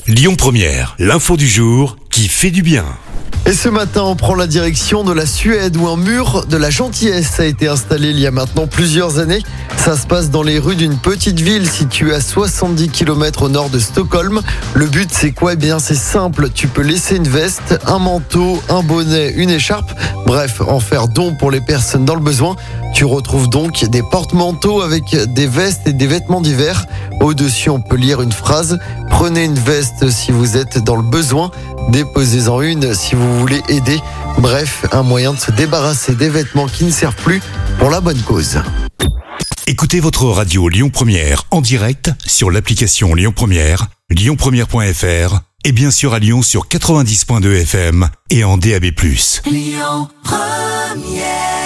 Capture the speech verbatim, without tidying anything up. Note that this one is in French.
Lyon Première, l'info du jour qui fait du bien. Et ce matin, on prend la direction de la Suède où un mur de la gentillesse a été installé il y a maintenant plusieurs années. Ça se passe dans les rues d'une petite ville située à soixante-dix kilomètres au nord de Stockholm. Le but, c'est quoi ? Eh bien, c'est simple. Tu peux laisser une veste, un manteau, un bonnet, une écharpe. Bref, en faire don pour les personnes dans le besoin. Tu retrouves donc des porte-manteaux avec des vestes et des vêtements d'hiver. Au-dessus, on peut lire une phrase. Prenez une veste si vous êtes dans le besoin. Déposez-en une si vous voulez aider. Bref, un moyen de se débarrasser des vêtements qui ne servent plus pour la bonne cause. Écoutez votre radio Lyon Première en direct sur l'application Lyon Première, lyon première point f r et bien sûr à Lyon sur quatre-vingt-dix virgule deux F M et en D A B plus. Lyon Première.